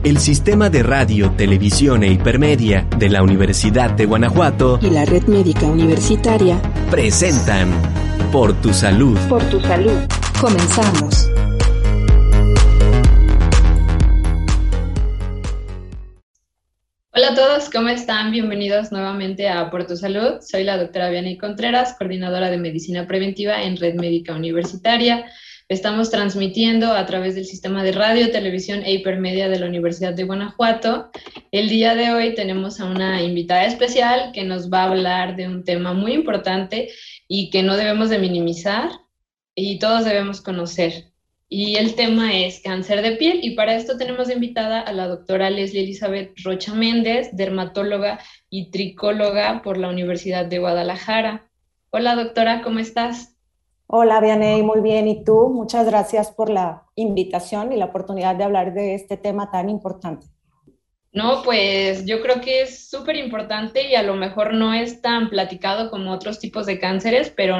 El Sistema de Radio, Televisión e Hipermedia de la Universidad de Guanajuato y la Red Médica Universitaria presentan Por tu Salud. Por tu Salud. Comenzamos. Hola a todos, ¿cómo están? Bienvenidos nuevamente a Por tu Salud. Soy la doctora Vianney Contreras, coordinadora de Medicina Preventiva en Red Médica Universitaria. Estamos transmitiendo a través del Sistema de Radio, Televisión e Hipermedia de la Universidad de Guanajuato. El día de hoy tenemos a una invitada especial que nos va a hablar de un tema muy importante y que no debemos de minimizar y todos debemos conocer. Y el tema es cáncer de piel, y para esto tenemos de invitada a la doctora Leslie Elizabeth Rocha Méndez, dermatóloga y tricóloga por la Universidad de Guadalajara. Hola doctora, ¿cómo estás? Hola Vianney, muy bien, ¿y tú? Muchas gracias por la invitación y la oportunidad de hablar de este tema tan importante. No, pues yo creo que es súper importante y a lo mejor no es tan platicado como otros tipos de cánceres, pero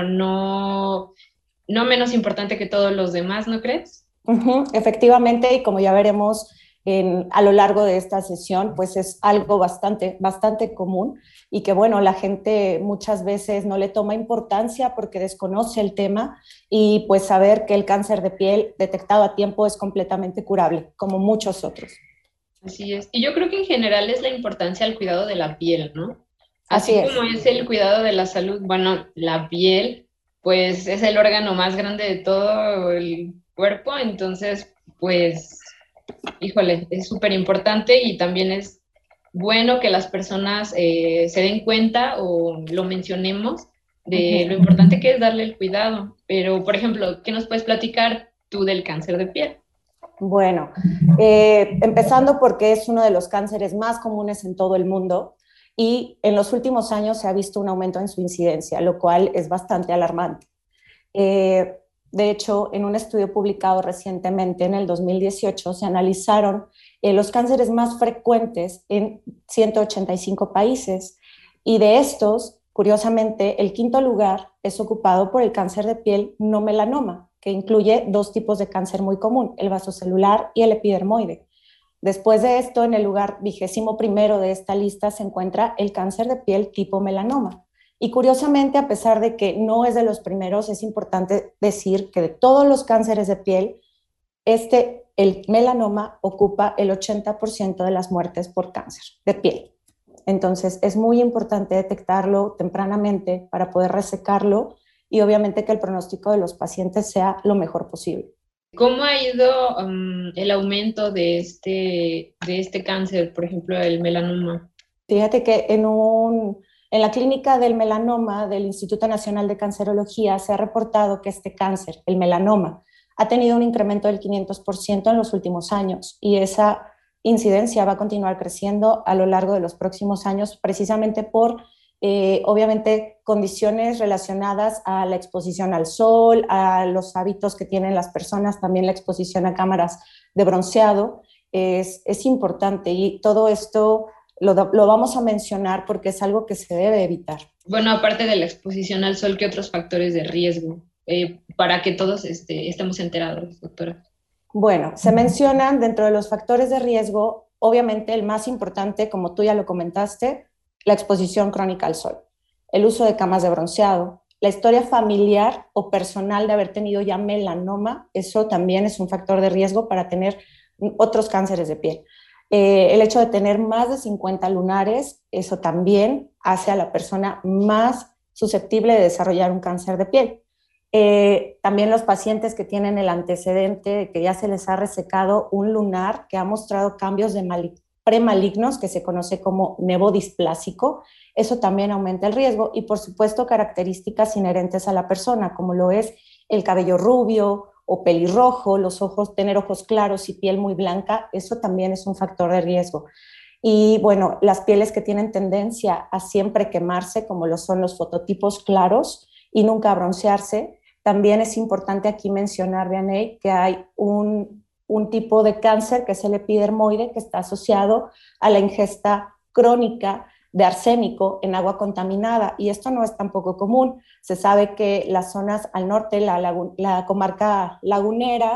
no menos importante que todos los demás, ¿no crees? Efectivamente, y como ya veremos a lo largo de esta sesión, pues es algo bastante común y que, bueno, la gente muchas veces no le toma importancia porque desconoce el tema, y pues saber que el cáncer de piel detectado a tiempo es completamente curable, como muchos otros. Así es. Y yo creo que en general es la importancia al cuidado de la piel, ¿no? Así es. Como es el cuidado de la salud, bueno, la piel pues es el órgano más grande de todo el cuerpo, entonces pues, híjole, es súper importante, y también es bueno que las personas se den cuenta o lo mencionemos de lo importante que es darle el cuidado. Pero, por ejemplo, ¿qué nos puedes platicar tú del cáncer de piel? Bueno, empezando porque es uno de los cánceres más comunes en todo el mundo, y en los últimos años se ha visto un aumento en su incidencia, lo cual es bastante alarmante. De hecho, en un estudio publicado recientemente, en el 2018, se analizaron los cánceres más frecuentes en 185 países, y de estos, curiosamente, el quinto lugar es ocupado por el cáncer de piel no melanoma, que incluye dos tipos de cáncer muy común, el vasocelular y el epidermoide. Después de esto, en el lugar 21º de esta lista se encuentra el cáncer de piel tipo melanoma. Y curiosamente, a pesar de que no es de los primeros, es importante decir que de todos los cánceres de piel, el melanoma ocupa el 80% de las muertes por cáncer de piel. Entonces, es muy importante detectarlo tempranamente para poder resecarlo, y obviamente que el pronóstico de los pacientes sea lo mejor posible. ¿Cómo ha ido el aumento de este cáncer, por ejemplo, el melanoma? Fíjate que en la clínica del melanoma del Instituto Nacional de Cancerología se ha reportado que este cáncer, el melanoma, ha tenido un incremento del 500% en los últimos años, y esa incidencia va a continuar creciendo a lo largo de los próximos años, precisamente por obviamente condiciones relacionadas a la exposición al sol, a los hábitos que tienen las personas, también la exposición a cámaras de bronceado es importante, y todo esto lo vamos a mencionar porque es algo que se debe evitar. Bueno, aparte de la exposición al sol, ¿qué otros factores de riesgo para que todos estemos enterados, doctora? Bueno, se mencionan dentro de los factores de riesgo, obviamente el más importante, como tú ya lo comentaste, la exposición crónica al sol, el uso de camas de bronceado, la historia familiar o personal de haber tenido ya melanoma, eso también es un factor de riesgo para tener otros cánceres de piel. El hecho de tener más de 50 lunares, eso también hace a la persona más susceptible de desarrollar un cáncer de piel. También los pacientes que tienen el antecedente de que ya se les ha resecado un lunar que ha mostrado cambios de premalignos, que se conoce como nevo displásico, eso también aumenta el riesgo. Y por supuesto características inherentes a la persona, como lo es el cabello rubio o pelirrojo, tener ojos claros y piel muy blanca, eso también es un factor de riesgo. Y bueno, las pieles que tienen tendencia a siempre quemarse, como lo son los fototipos claros, y nunca broncearse. También es importante aquí mencionar, Vianney, que hay un tipo de cáncer que es el epidermoide, que está asociado a la ingesta crónica de arsénico en agua contaminada, y esto no es tampoco común. Se sabe que las zonas al norte, la comarca lagunera,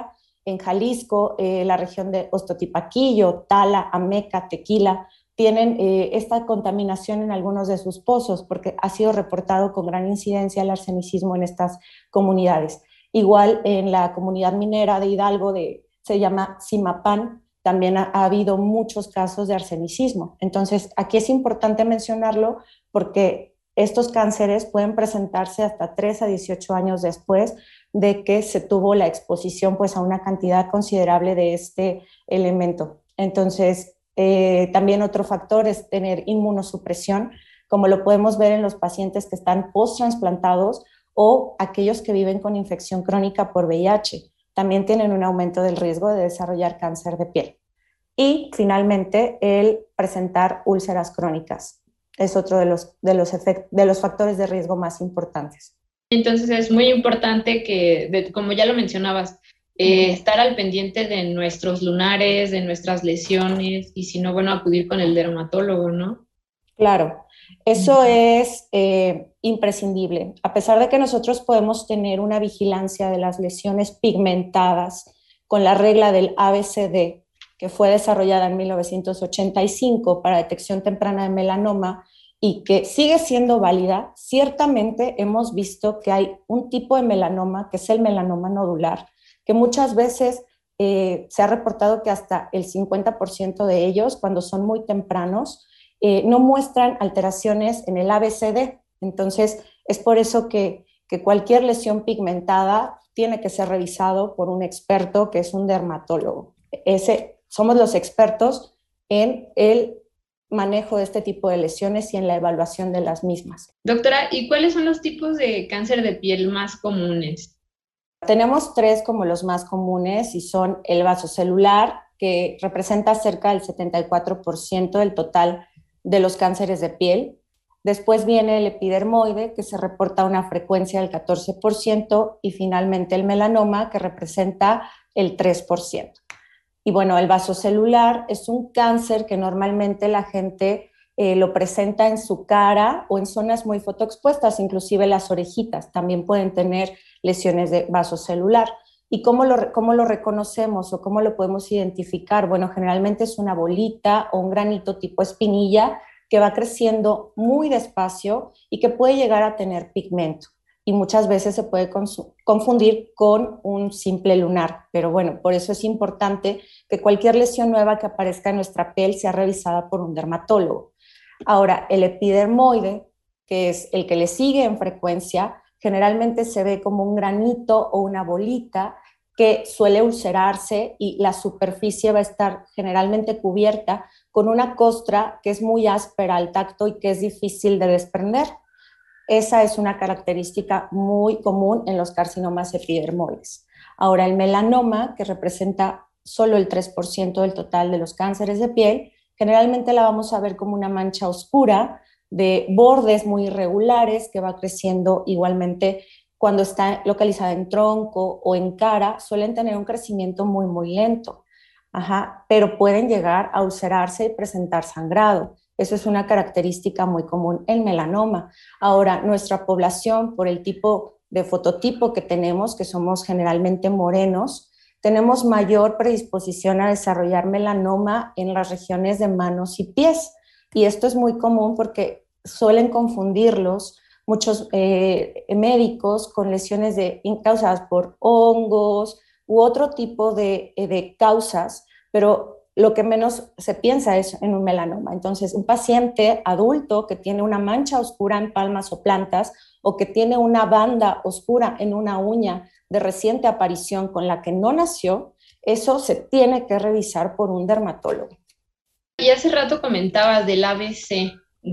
en Jalisco, la región de Ostotipaquillo, Tala, Ameca, Tequila, tienen esta contaminación en algunos de sus pozos, porque ha sido reportado con gran incidencia el arsenicismo en estas comunidades. Igual en la comunidad minera de Hidalgo, se llama Zimapán, también ha habido muchos casos de arsenicismo. Entonces, aquí es importante mencionarlo porque estos cánceres pueden presentarse hasta 3 a 18 años después de que se tuvo la exposición pues, a una cantidad considerable de este elemento. Entonces, también otro factor es tener inmunosupresión, como lo podemos ver en los pacientes que están post-transplantados o aquellos que viven con infección crónica por VIH. También tienen un aumento del riesgo de desarrollar cáncer de piel. Y finalmente, el presentar úlceras crónicas es otro de los factores de riesgo más importantes. Entonces es muy importante que, como ya lo mencionabas, estar al pendiente de nuestros lunares, de nuestras lesiones, y si no, bueno, acudir con el dermatólogo, ¿no? Claro, eso es imprescindible. A pesar de que nosotros podemos tener una vigilancia de las lesiones pigmentadas con la regla del ABCD, que fue desarrollada en 1985 para detección temprana de melanoma y que sigue siendo válida, ciertamente hemos visto que hay un tipo de melanoma, que es el melanoma nodular, que muchas veces se ha reportado que hasta el 50% de ellos, cuando son muy tempranos, no muestran alteraciones en el ABCD. Entonces, es por eso que cualquier lesión pigmentada tiene que ser revisado por un experto que es un dermatólogo. Somos los expertos en el manejo de este tipo de lesiones y en la evaluación de las mismas. Doctora, ¿y cuáles son los tipos de cáncer de piel más comunes? Tenemos 3 como los más comunes y son el vasocelular, que representa cerca del 74% del total de los cánceres de piel. Después viene el epidermoide, que se reporta una frecuencia del 14%, y finalmente el melanoma, que representa el 3%. Y bueno, el vasocelular es un cáncer que normalmente la gente lo presenta en su cara o en zonas muy fotoexpuestas, inclusive las orejitas también pueden tener lesiones de vasocelular. ¿Y cómo lo reconocemos o cómo lo podemos identificar? Bueno, generalmente es una bolita o un granito tipo espinilla que va creciendo muy despacio y que puede llegar a tener pigmento. Y muchas veces se puede confundir con un simple lunar. Pero bueno, por eso es importante que cualquier lesión nueva que aparezca en nuestra piel sea revisada por un dermatólogo. Ahora, el epidermoide, que es el que le sigue en frecuencia, generalmente se ve como un granito o una bolita que suele ulcerarse y la superficie va a estar generalmente cubierta con una costra que es muy áspera al tacto y que es difícil de desprender. Esa es una característica muy común en los carcinomas epidermoides. Ahora, el melanoma, que representa solo el 3% del total de los cánceres de piel, generalmente la vamos a ver como una mancha oscura de bordes muy irregulares que va creciendo igualmente cuando está localizada en tronco o en cara, suelen tener un crecimiento muy, muy lento. Pero pueden llegar a ulcerarse y presentar sangrado. Eso es una característica muy común en melanoma. Ahora, nuestra población, por el tipo de fototipo que tenemos, que somos generalmente morenos, tenemos mayor predisposición a desarrollar melanoma en las regiones de manos y pies. Y esto es muy común porque suelen confundirlos muchos médicos con lesiones causadas por hongos u otro tipo de causas, pero lo que menos se piensa es en un melanoma. Entonces, un paciente adulto que tiene una mancha oscura en palmas o plantas o que tiene una banda oscura en una uña de reciente aparición con la que no nació, eso se tiene que revisar por un dermatólogo. Y hace rato comentabas del ABC,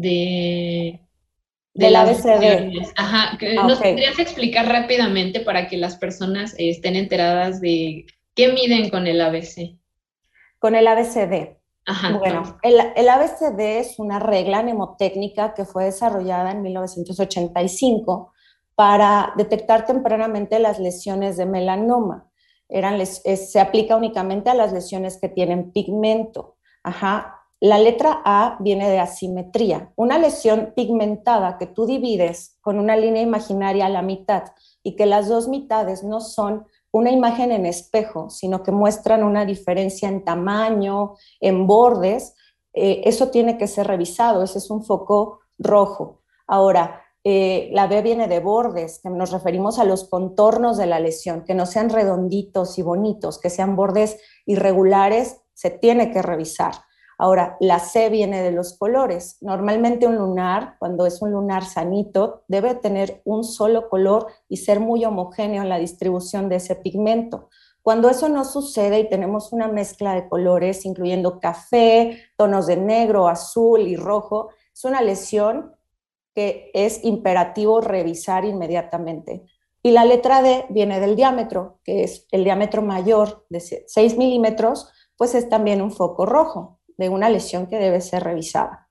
del ABCD. Ajá, ¿nos podrías explicar rápidamente para que las personas estén enteradas de qué miden con el ABC? Con el ABCD. Ajá, bueno, el ABCD es una regla mnemotécnica que fue desarrollada en 1985 para detectar tempranamente las lesiones de melanoma. Se aplica únicamente a las lesiones que tienen pigmento. La letra A viene de asimetría. Una lesión pigmentada que tú divides con una línea imaginaria a la mitad y que las dos mitades no son una imagen en espejo, sino que muestran una diferencia en tamaño, en bordes, eso tiene que ser revisado, ese es un foco rojo. Ahora, la B viene de bordes, que nos referimos a los contornos de la lesión, que no sean redonditos y bonitos, que sean bordes irregulares, se tiene que revisar. Ahora, la C viene de los colores. Normalmente un lunar, cuando es un lunar sanito, debe tener un solo color y ser muy homogéneo en la distribución de ese pigmento. Cuando eso no sucede y tenemos una mezcla de colores, incluyendo café, tonos de negro, azul y rojo, es una lesión que es imperativo revisar inmediatamente. Y la letra D viene del diámetro, que es el diámetro mayor de 6 milímetros, pues es también un foco rojo de una lesión que debe ser revisada.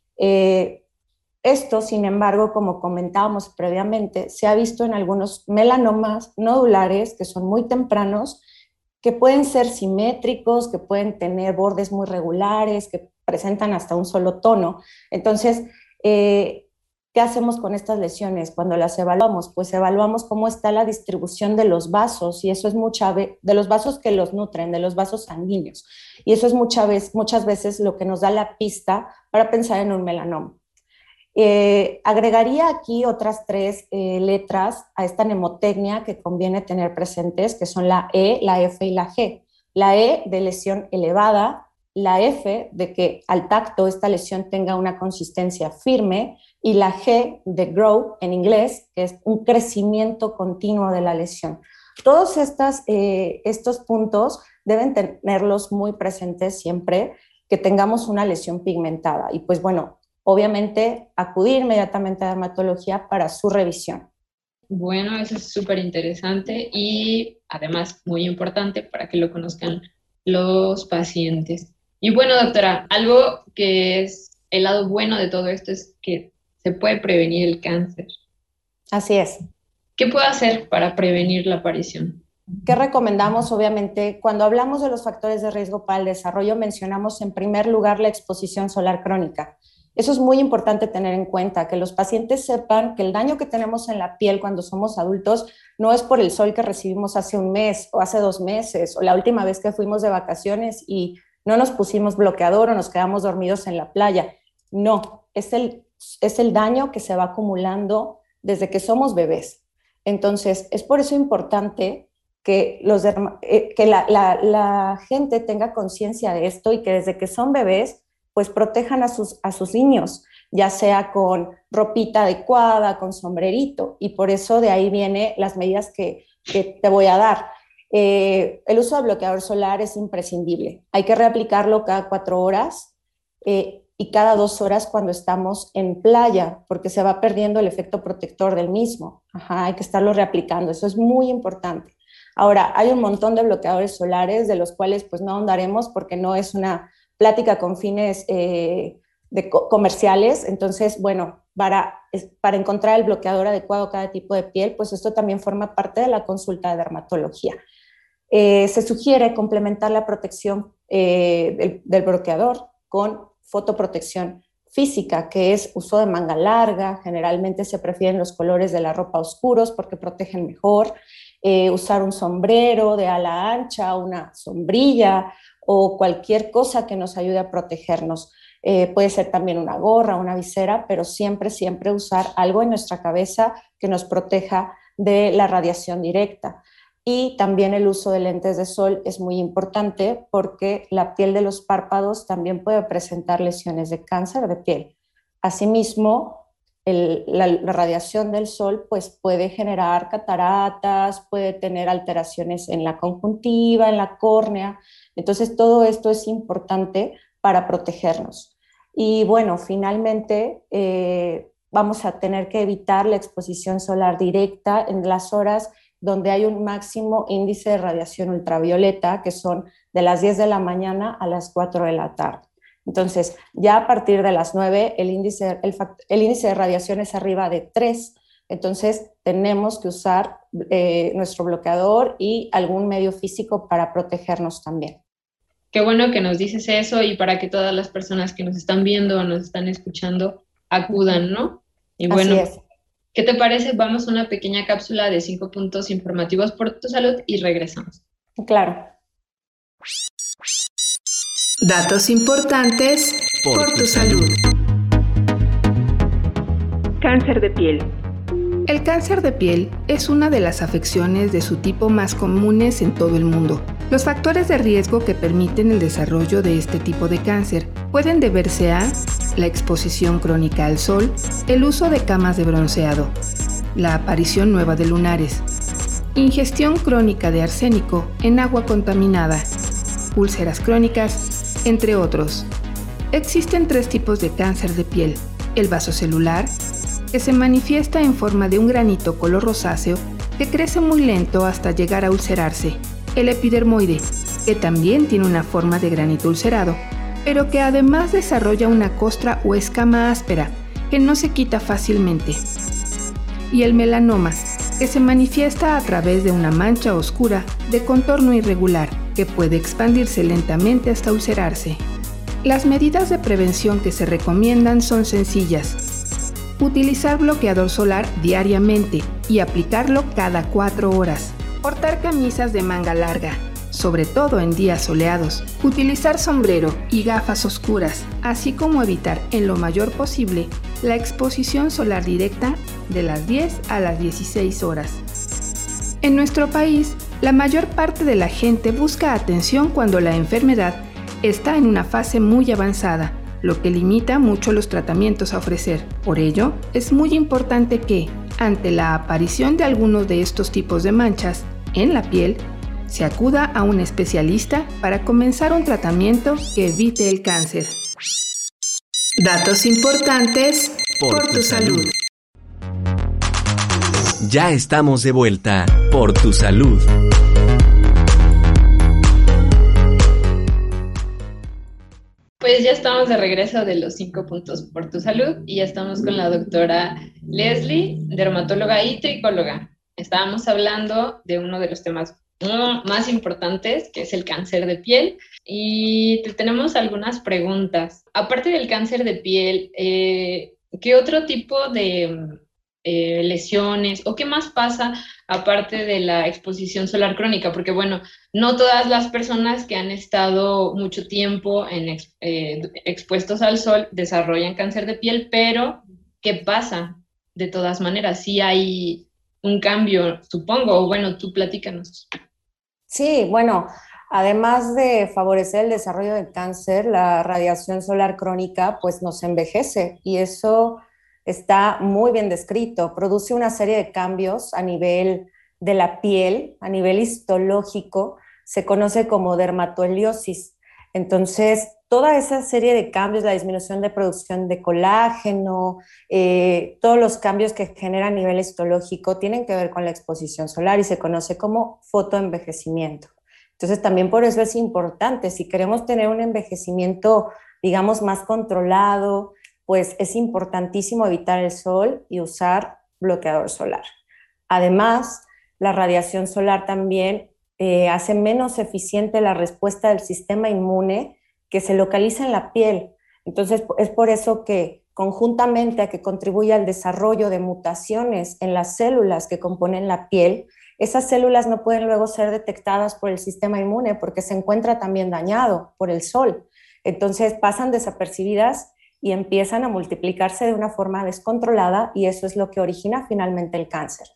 Esto, sin embargo, como comentábamos previamente, se ha visto en algunos melanomas nodulares que son muy tempranos, que pueden ser simétricos, que pueden tener bordes muy regulares, que presentan hasta un solo tono. Entonces, ¿qué hacemos con estas lesiones cuando las evaluamos? Pues evaluamos cómo está la distribución de los vasos, y eso es de los vasos que los nutren, de los vasos sanguíneos. Y eso es muchas veces lo que nos da la pista para pensar en un melanoma. Agregaría aquí otras 3 letras a esta mnemotecnia que conviene tener presentes, que son la E, la F y la G. La E de lesión elevada, la F de que al tacto esta lesión tenga una consistencia firme, y la G de grow en inglés, que es un crecimiento continuo de la lesión. Todos estos puntos deben tenerlos muy presentes siempre que tengamos una lesión pigmentada. Y pues bueno, obviamente acudir inmediatamente a dermatología para su revisión. Bueno, eso es súper interesante y además muy importante para que lo conozcan los pacientes. Y bueno, doctora, algo que es el lado bueno de todo esto es que se puede prevenir el cáncer. Así es. ¿Qué puedo hacer para prevenir la aparición? ¿Qué recomendamos? Obviamente, cuando hablamos de los factores de riesgo para el desarrollo, mencionamos en primer lugar la exposición solar crónica. Eso es muy importante tener en cuenta, que los pacientes sepan que el daño que tenemos en la piel cuando somos adultos no es por el sol que recibimos hace un mes o hace 2 meses o la última vez que fuimos de vacaciones y no nos pusimos bloqueador o nos quedamos dormidos en la playa. No, es el daño que se va acumulando desde que somos bebés. Entonces, es por eso importante que la gente tenga conciencia de esto y que desde que son bebés, pues protejan a sus niños, ya sea con ropita adecuada, con sombrerito, y por eso de ahí vienen las medidas que te voy a dar. El uso de bloqueador solar es imprescindible. Hay que reaplicarlo cada 4 horas y cada 2 horas cuando estamos en playa, porque se va perdiendo el efecto protector del mismo. Hay que estarlo reaplicando, eso es muy importante. Ahora, hay un montón de bloqueadores solares de los cuales pues no ahondaremos porque no es una plática con fines comerciales. Entonces, bueno, para encontrar el bloqueador adecuado a cada tipo de piel, pues esto también forma parte de la consulta de dermatología. Se sugiere complementar la protección del bloqueador con fotoprotección física, que es uso de manga larga. Generalmente se prefieren los colores de la ropa oscuros porque protegen mejor. Usar un sombrero de ala ancha, una sombrilla o cualquier cosa que nos ayude a protegernos. Puede ser también una gorra, una visera, pero siempre usar algo en nuestra cabeza que nos proteja de la radiación directa. Y también el uso de lentes de sol es muy importante porque la piel de los párpados también puede presentar lesiones de cáncer de piel. Asimismo, la radiación del sol pues, puede generar cataratas, puede tener alteraciones en la conjuntiva, en la córnea. Entonces, todo esto es importante para protegernos. Y bueno, finalmente vamos a tener que evitar la exposición solar directa en las horas donde hay un máximo índice de radiación ultravioleta, que son de las 10 de la mañana a las 4 de la tarde. Entonces, ya a partir de las 9, el índice de radiación es arriba de 3. Entonces, tenemos que usar nuestro bloqueador y algún medio físico para protegernos también. Qué bueno que nos dices eso y para que todas las personas que nos están viendo o nos están escuchando acudan, ¿no? Y bueno, así es. ¿Qué te parece? Vamos a una pequeña cápsula de 5 puntos informativos por tu salud y regresamos. Claro. Datos importantes por tu salud. Cáncer de piel. El cáncer de piel es una de las afecciones de su tipo más comunes en todo el mundo. Los factores de riesgo que permiten el desarrollo de este tipo de cáncer pueden deberse a la exposición crónica al sol, el uso de camas de bronceado, la aparición nueva de lunares, ingestión crónica de arsénico en agua contaminada, úlceras crónicas, entre otros. Existen 3 tipos de cáncer de piel: el vasocelular, que se manifiesta en forma de un granito color rosáceo que crece muy lento hasta llegar a ulcerarse; el epidermoide, que también tiene una forma de granito ulcerado, pero que además desarrolla una costra o escama áspera que no se quita fácilmente; y el melanoma, que se manifiesta a través de una mancha oscura de contorno irregular que puede expandirse lentamente hasta ulcerarse. Las medidas de prevención que se recomiendan son sencillas: utilizar bloqueador solar diariamente y aplicarlo cada 4 horas. Portar camisas de manga larga, sobre todo en días soleados. Utilizar sombrero y gafas oscuras, así como evitar en lo mayor posible la exposición solar directa de las 10 a las 16 horas. En nuestro país, la mayor parte de la gente busca atención cuando la enfermedad está en una fase muy avanzada, lo que limita mucho los tratamientos a ofrecer. Por ello, es muy importante que, ante la aparición de algunos de estos tipos de manchas en la piel, se acuda a un especialista para comenzar un tratamiento que evite el cáncer. Datos importantes por tu salud. Ya estamos de vuelta por tu salud. Pues ya estamos de regreso de los 5 puntos por tu salud y ya estamos con la doctora Leslie, dermatóloga y tricóloga. Estábamos hablando de uno de los temas más importantes, que es el cáncer de piel, y te tenemos algunas preguntas. Aparte del cáncer de piel, ¿qué otro tipo de lesiones o qué más pasa aparte de la exposición solar crónica? Porque bueno, no todas las personas que han estado mucho tiempo expuestos al sol desarrollan cáncer de piel, pero ¿qué pasa? De todas maneras, sí hay un cambio, supongo, o bueno, tú platícanos. Sí, bueno, además de favorecer el desarrollo del cáncer, la radiación solar crónica pues nos envejece, y eso está muy bien descrito. Produce una serie de cambios a nivel de la piel, a nivel histológico, se conoce como dermatoeliosis. Entonces, toda esa serie de cambios, la disminución de producción de colágeno, todos los cambios que genera a nivel histológico tienen que ver con la exposición solar y se conoce como fotoenvejecimiento. Entonces, también por eso es importante, si queremos tener un envejecimiento, digamos, más controlado, pues es importantísimo evitar el sol y usar bloqueador solar. Además, la radiación solar también hace menos eficiente la respuesta del sistema inmune que se localiza en la piel. Entonces, es por eso que conjuntamente a que contribuye al desarrollo de mutaciones en las células que componen la piel, esas células no pueden luego ser detectadas por el sistema inmune porque se encuentra también dañado por el sol. Entonces, pasan desapercibidas y empiezan a multiplicarse de una forma descontrolada, y eso es lo que origina finalmente el cáncer.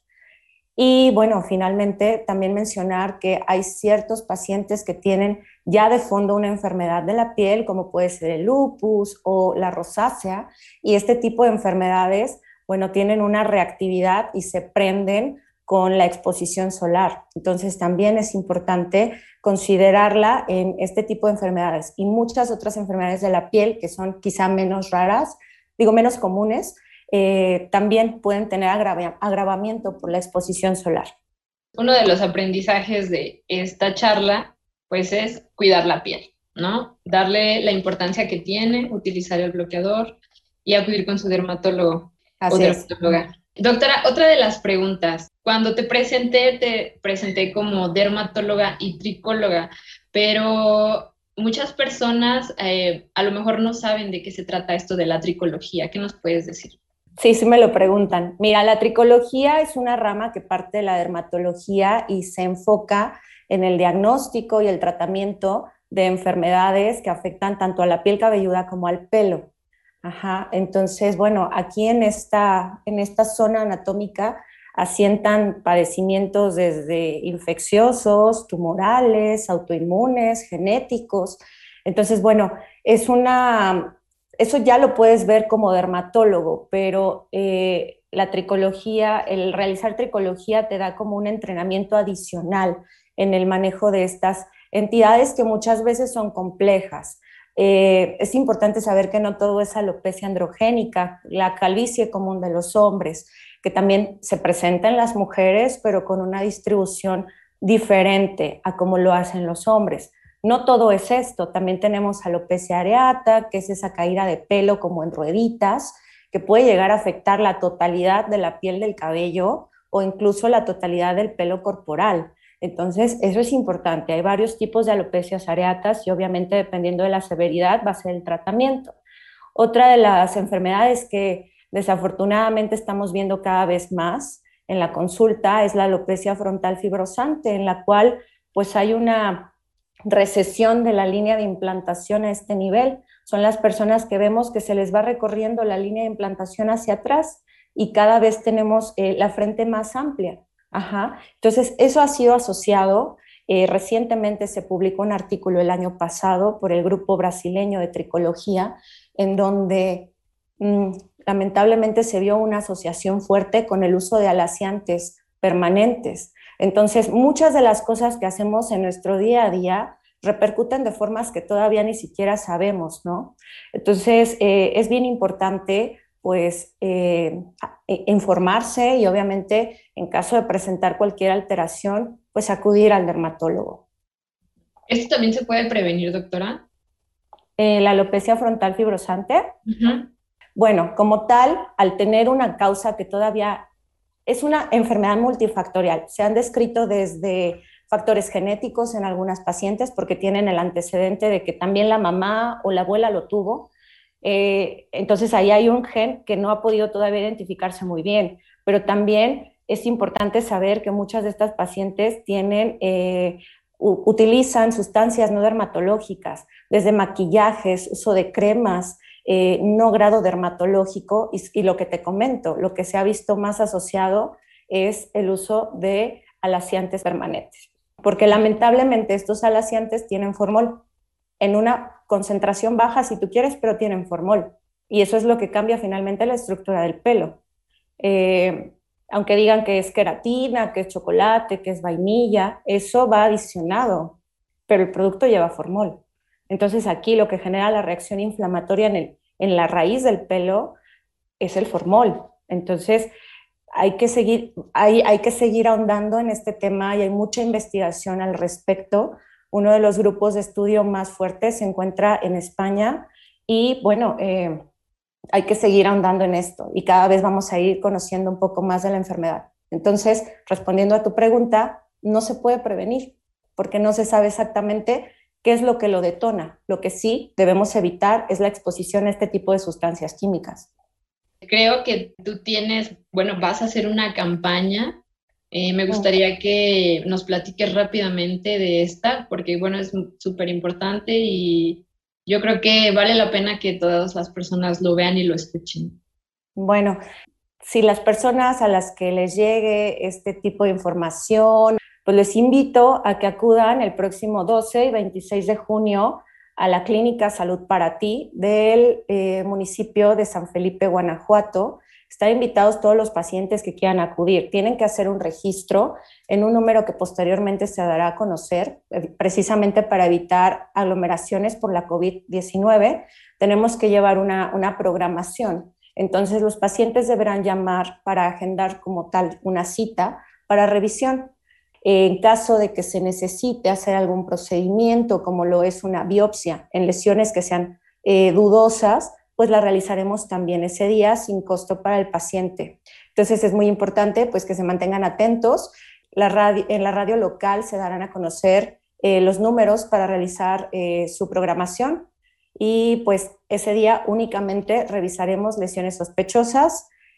Y bueno, finalmente también mencionar que hay ciertos pacientes que tienen ya de fondo una enfermedad de la piel, como puede ser el lupus o la rosácea, y este tipo de enfermedades, bueno, tienen una reactividad y se prenden con la exposición solar. Entonces también es importante considerarla en este tipo de enfermedades y muchas otras enfermedades de la piel que son quizá menos raras, menos comunes, también pueden tener agravamiento por la exposición solar. Uno de los aprendizajes de esta charla, pues, es cuidar la piel, ¿no? Darle la importancia que tiene, utilizar el bloqueador y acudir con su dermatólogo o dermatóloga. Doctora, otra de las preguntas. Cuando te presenté como dermatóloga y tricóloga, pero muchas personas a lo mejor no saben de qué se trata esto de la tricología. ¿Qué nos puedes decir? Sí, sí me lo preguntan. Mira, la tricología es una rama que parte de la dermatología y se enfoca en el diagnóstico y el tratamiento de enfermedades que afectan tanto a la piel cabelluda como al pelo. Ajá, entonces, bueno, aquí en esta zona anatómica asientan padecimientos desde infecciosos, tumorales, autoinmunes, genéticos. Entonces, bueno, es una eso ya lo puedes ver como dermatólogo, pero la tricología, el realizar tricología te da como un entrenamiento adicional en el manejo de estas entidades que muchas veces son complejas. Es importante saber que no todo es alopecia androgénica, la calvicie común de los hombres, que también se presenta en las mujeres, pero con una distribución diferente a como lo hacen los hombres. No todo es esto, también tenemos alopecia areata, que es esa caída de pelo como en rueditas, que puede llegar a afectar la totalidad de la piel del cabello o incluso la totalidad del pelo corporal. Entonces, eso es importante. Hay varios tipos de alopecias areatas y obviamente dependiendo de la severidad va a ser el tratamiento. Otra de las enfermedades que desafortunadamente estamos viendo cada vez más en la consulta es la alopecia frontal fibrosante, en la cual pues hay una recesión de la línea de implantación a este nivel. Son las personas que vemos que se les va recorriendo la línea de implantación hacia atrás y cada vez tenemos la frente más amplia. Ajá. Entonces, eso ha sido asociado. Recientemente se publicó un artículo el año pasado por el grupo brasileño de tricología, en donde lamentablemente se vio una asociación fuerte con el uso de alaciantes permanentes. Entonces, muchas de las cosas que hacemos en nuestro día a día repercuten de formas que todavía ni siquiera sabemos, ¿no? Entonces, es bien importante, pues, informarse y obviamente, en caso de presentar cualquier alteración, pues acudir al dermatólogo. ¿Esto también se puede prevenir, doctora? La alopecia frontal fibrosante, Ujú. bueno, como tal, al tener una causa que todavía es una enfermedad multifactorial. Se han descrito desde factores genéticos en algunas pacientes porque tienen el antecedente de que también la mamá o la abuela lo tuvo. Entonces ahí hay un gen que no ha podido todavía identificarse muy bien, pero también es importante saber que muchas de estas pacientes utilizan sustancias no dermatológicas, desde maquillajes, uso de cremas, no grado dermatológico y lo que te comento, lo que se ha visto más asociado es el uso de alaciantes permanentes, porque lamentablemente estos alaciantes tienen formol en una concentración baja si tú quieres, pero tienen formol y eso es lo que cambia finalmente la estructura del pelo. Eh, Aunque digan que es queratina, que es chocolate, que es vainilla, eso va adicionado, pero el producto lleva formol. Entonces aquí lo que genera la reacción inflamatoria en la raíz del pelo es el formol. Entonces hay que seguir ahondando en este tema y hay mucha investigación al respecto. Uno de los grupos de estudio más fuertes se encuentra en España y bueno, hay que seguir ahondando en esto y cada vez vamos a ir conociendo un poco más de la enfermedad. Entonces, respondiendo a tu pregunta, no se puede prevenir porque no se sabe exactamente qué es lo que lo detona. Lo que sí debemos evitar es la exposición a este tipo de sustancias químicas. Creo que tú tienes, bueno, vas a hacer una campaña. Me gustaría que nos platiques rápidamente de esta, porque bueno, es súper importante y yo creo que vale la pena que todas las personas lo vean y lo escuchen. Bueno, si las personas a las que les llegue este tipo de información, pues les invito a que acudan el próximo 12 y 26 de junio a la Clínica Salud para Ti del municipio de San Felipe, Guanajuato. Están invitados todos los pacientes que quieran acudir. Tienen que hacer un registro en un número que posteriormente se dará a conocer, precisamente para evitar aglomeraciones por la COVID-19. Tenemos que llevar una programación. Entonces, los pacientes deberán llamar para agendar como tal una cita para revisión. En caso de que se necesite hacer algún procedimiento, como lo es una biopsia en lesiones que sean dudosas, pues la realizaremos también ese día sin costo para el paciente. Entonces, es muy importante pues, que se mantengan atentos. En la radio local se darán a conocer los números para realizar su programación y pues ese día únicamente revisaremos lesiones sospechosas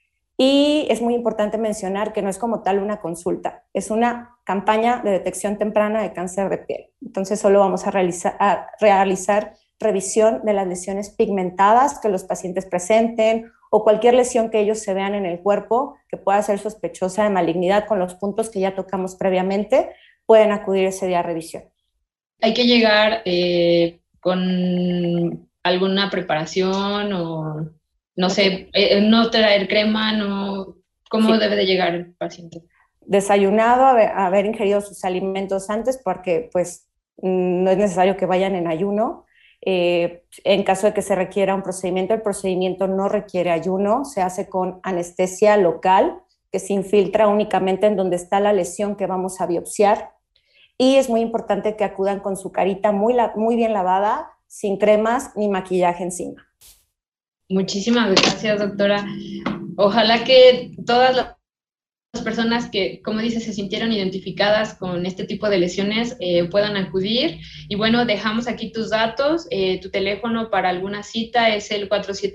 Y es muy importante mencionar que no es como tal una consulta, es una campaña de detección temprana de cáncer de piel. Entonces solo vamos a realizar revisión de las lesiones pigmentadas que los pacientes presenten o cualquier lesión que ellos se vean en el cuerpo que pueda ser sospechosa de malignidad con los puntos que ya tocamos previamente, pueden acudir ese día a revisión. ¿Hay que llegar con alguna preparación o, no sé, no traer crema? No, ¿cómo debe de llegar el paciente? Desayunado, haber ingerido sus alimentos antes, porque pues no es necesario que vayan en ayuno. En caso de que se requiera un procedimiento, el procedimiento no requiere ayuno, se hace con anestesia local, que se infiltra únicamente en donde está la lesión que vamos a biopsiar. Y es muy importante que acudan con su carita muy bien lavada, sin cremas ni maquillaje encima. Muchísimas gracias, doctora. Ojalá que todas las personas que, como dices, se sintieron identificadas con este tipo de lesiones puedan acudir. Y bueno, dejamos aquí tus datos. Tu teléfono para alguna cita es el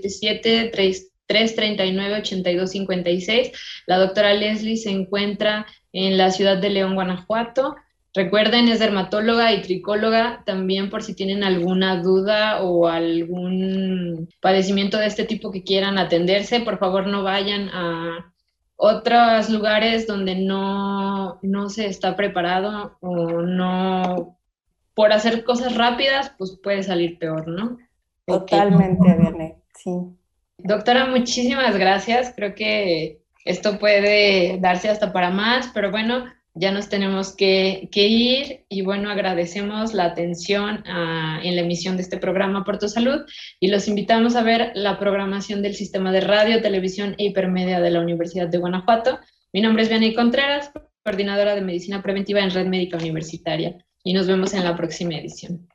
477-339-8256. La doctora Leslie se encuentra en la ciudad de León, Guanajuato. Recuerden, es dermatóloga y tricóloga, también por si tienen alguna duda o algún padecimiento de este tipo que quieran atenderse, por favor no vayan a otros lugares donde no se está preparado o no, por hacer cosas rápidas, pues puede salir peor, ¿no? Totalmente, Vianney, sí. Doctora, muchísimas gracias, creo que esto puede darse hasta para más, pero bueno, ya nos tenemos que ir y bueno, agradecemos la atención en la emisión de este programa Por Tu Salud y los invitamos a ver la programación del Sistema de Radio, Televisión e Hipermedia de la Universidad de Guanajuato. Mi nombre es Vianney Contreras, coordinadora de Medicina Preventiva en Red Médica Universitaria y nos vemos en la próxima edición.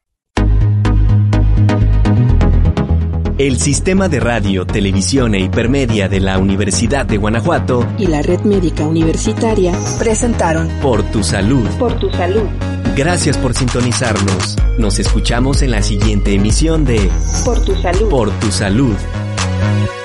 El Sistema de Radio, Televisión e Hipermedia de la Universidad de Guanajuato y la Red Médica Universitaria presentaron Por Tu Salud. Por Tu Salud. Gracias por sintonizarnos. Nos escuchamos en la siguiente emisión de Por Tu Salud. Por Tu Salud.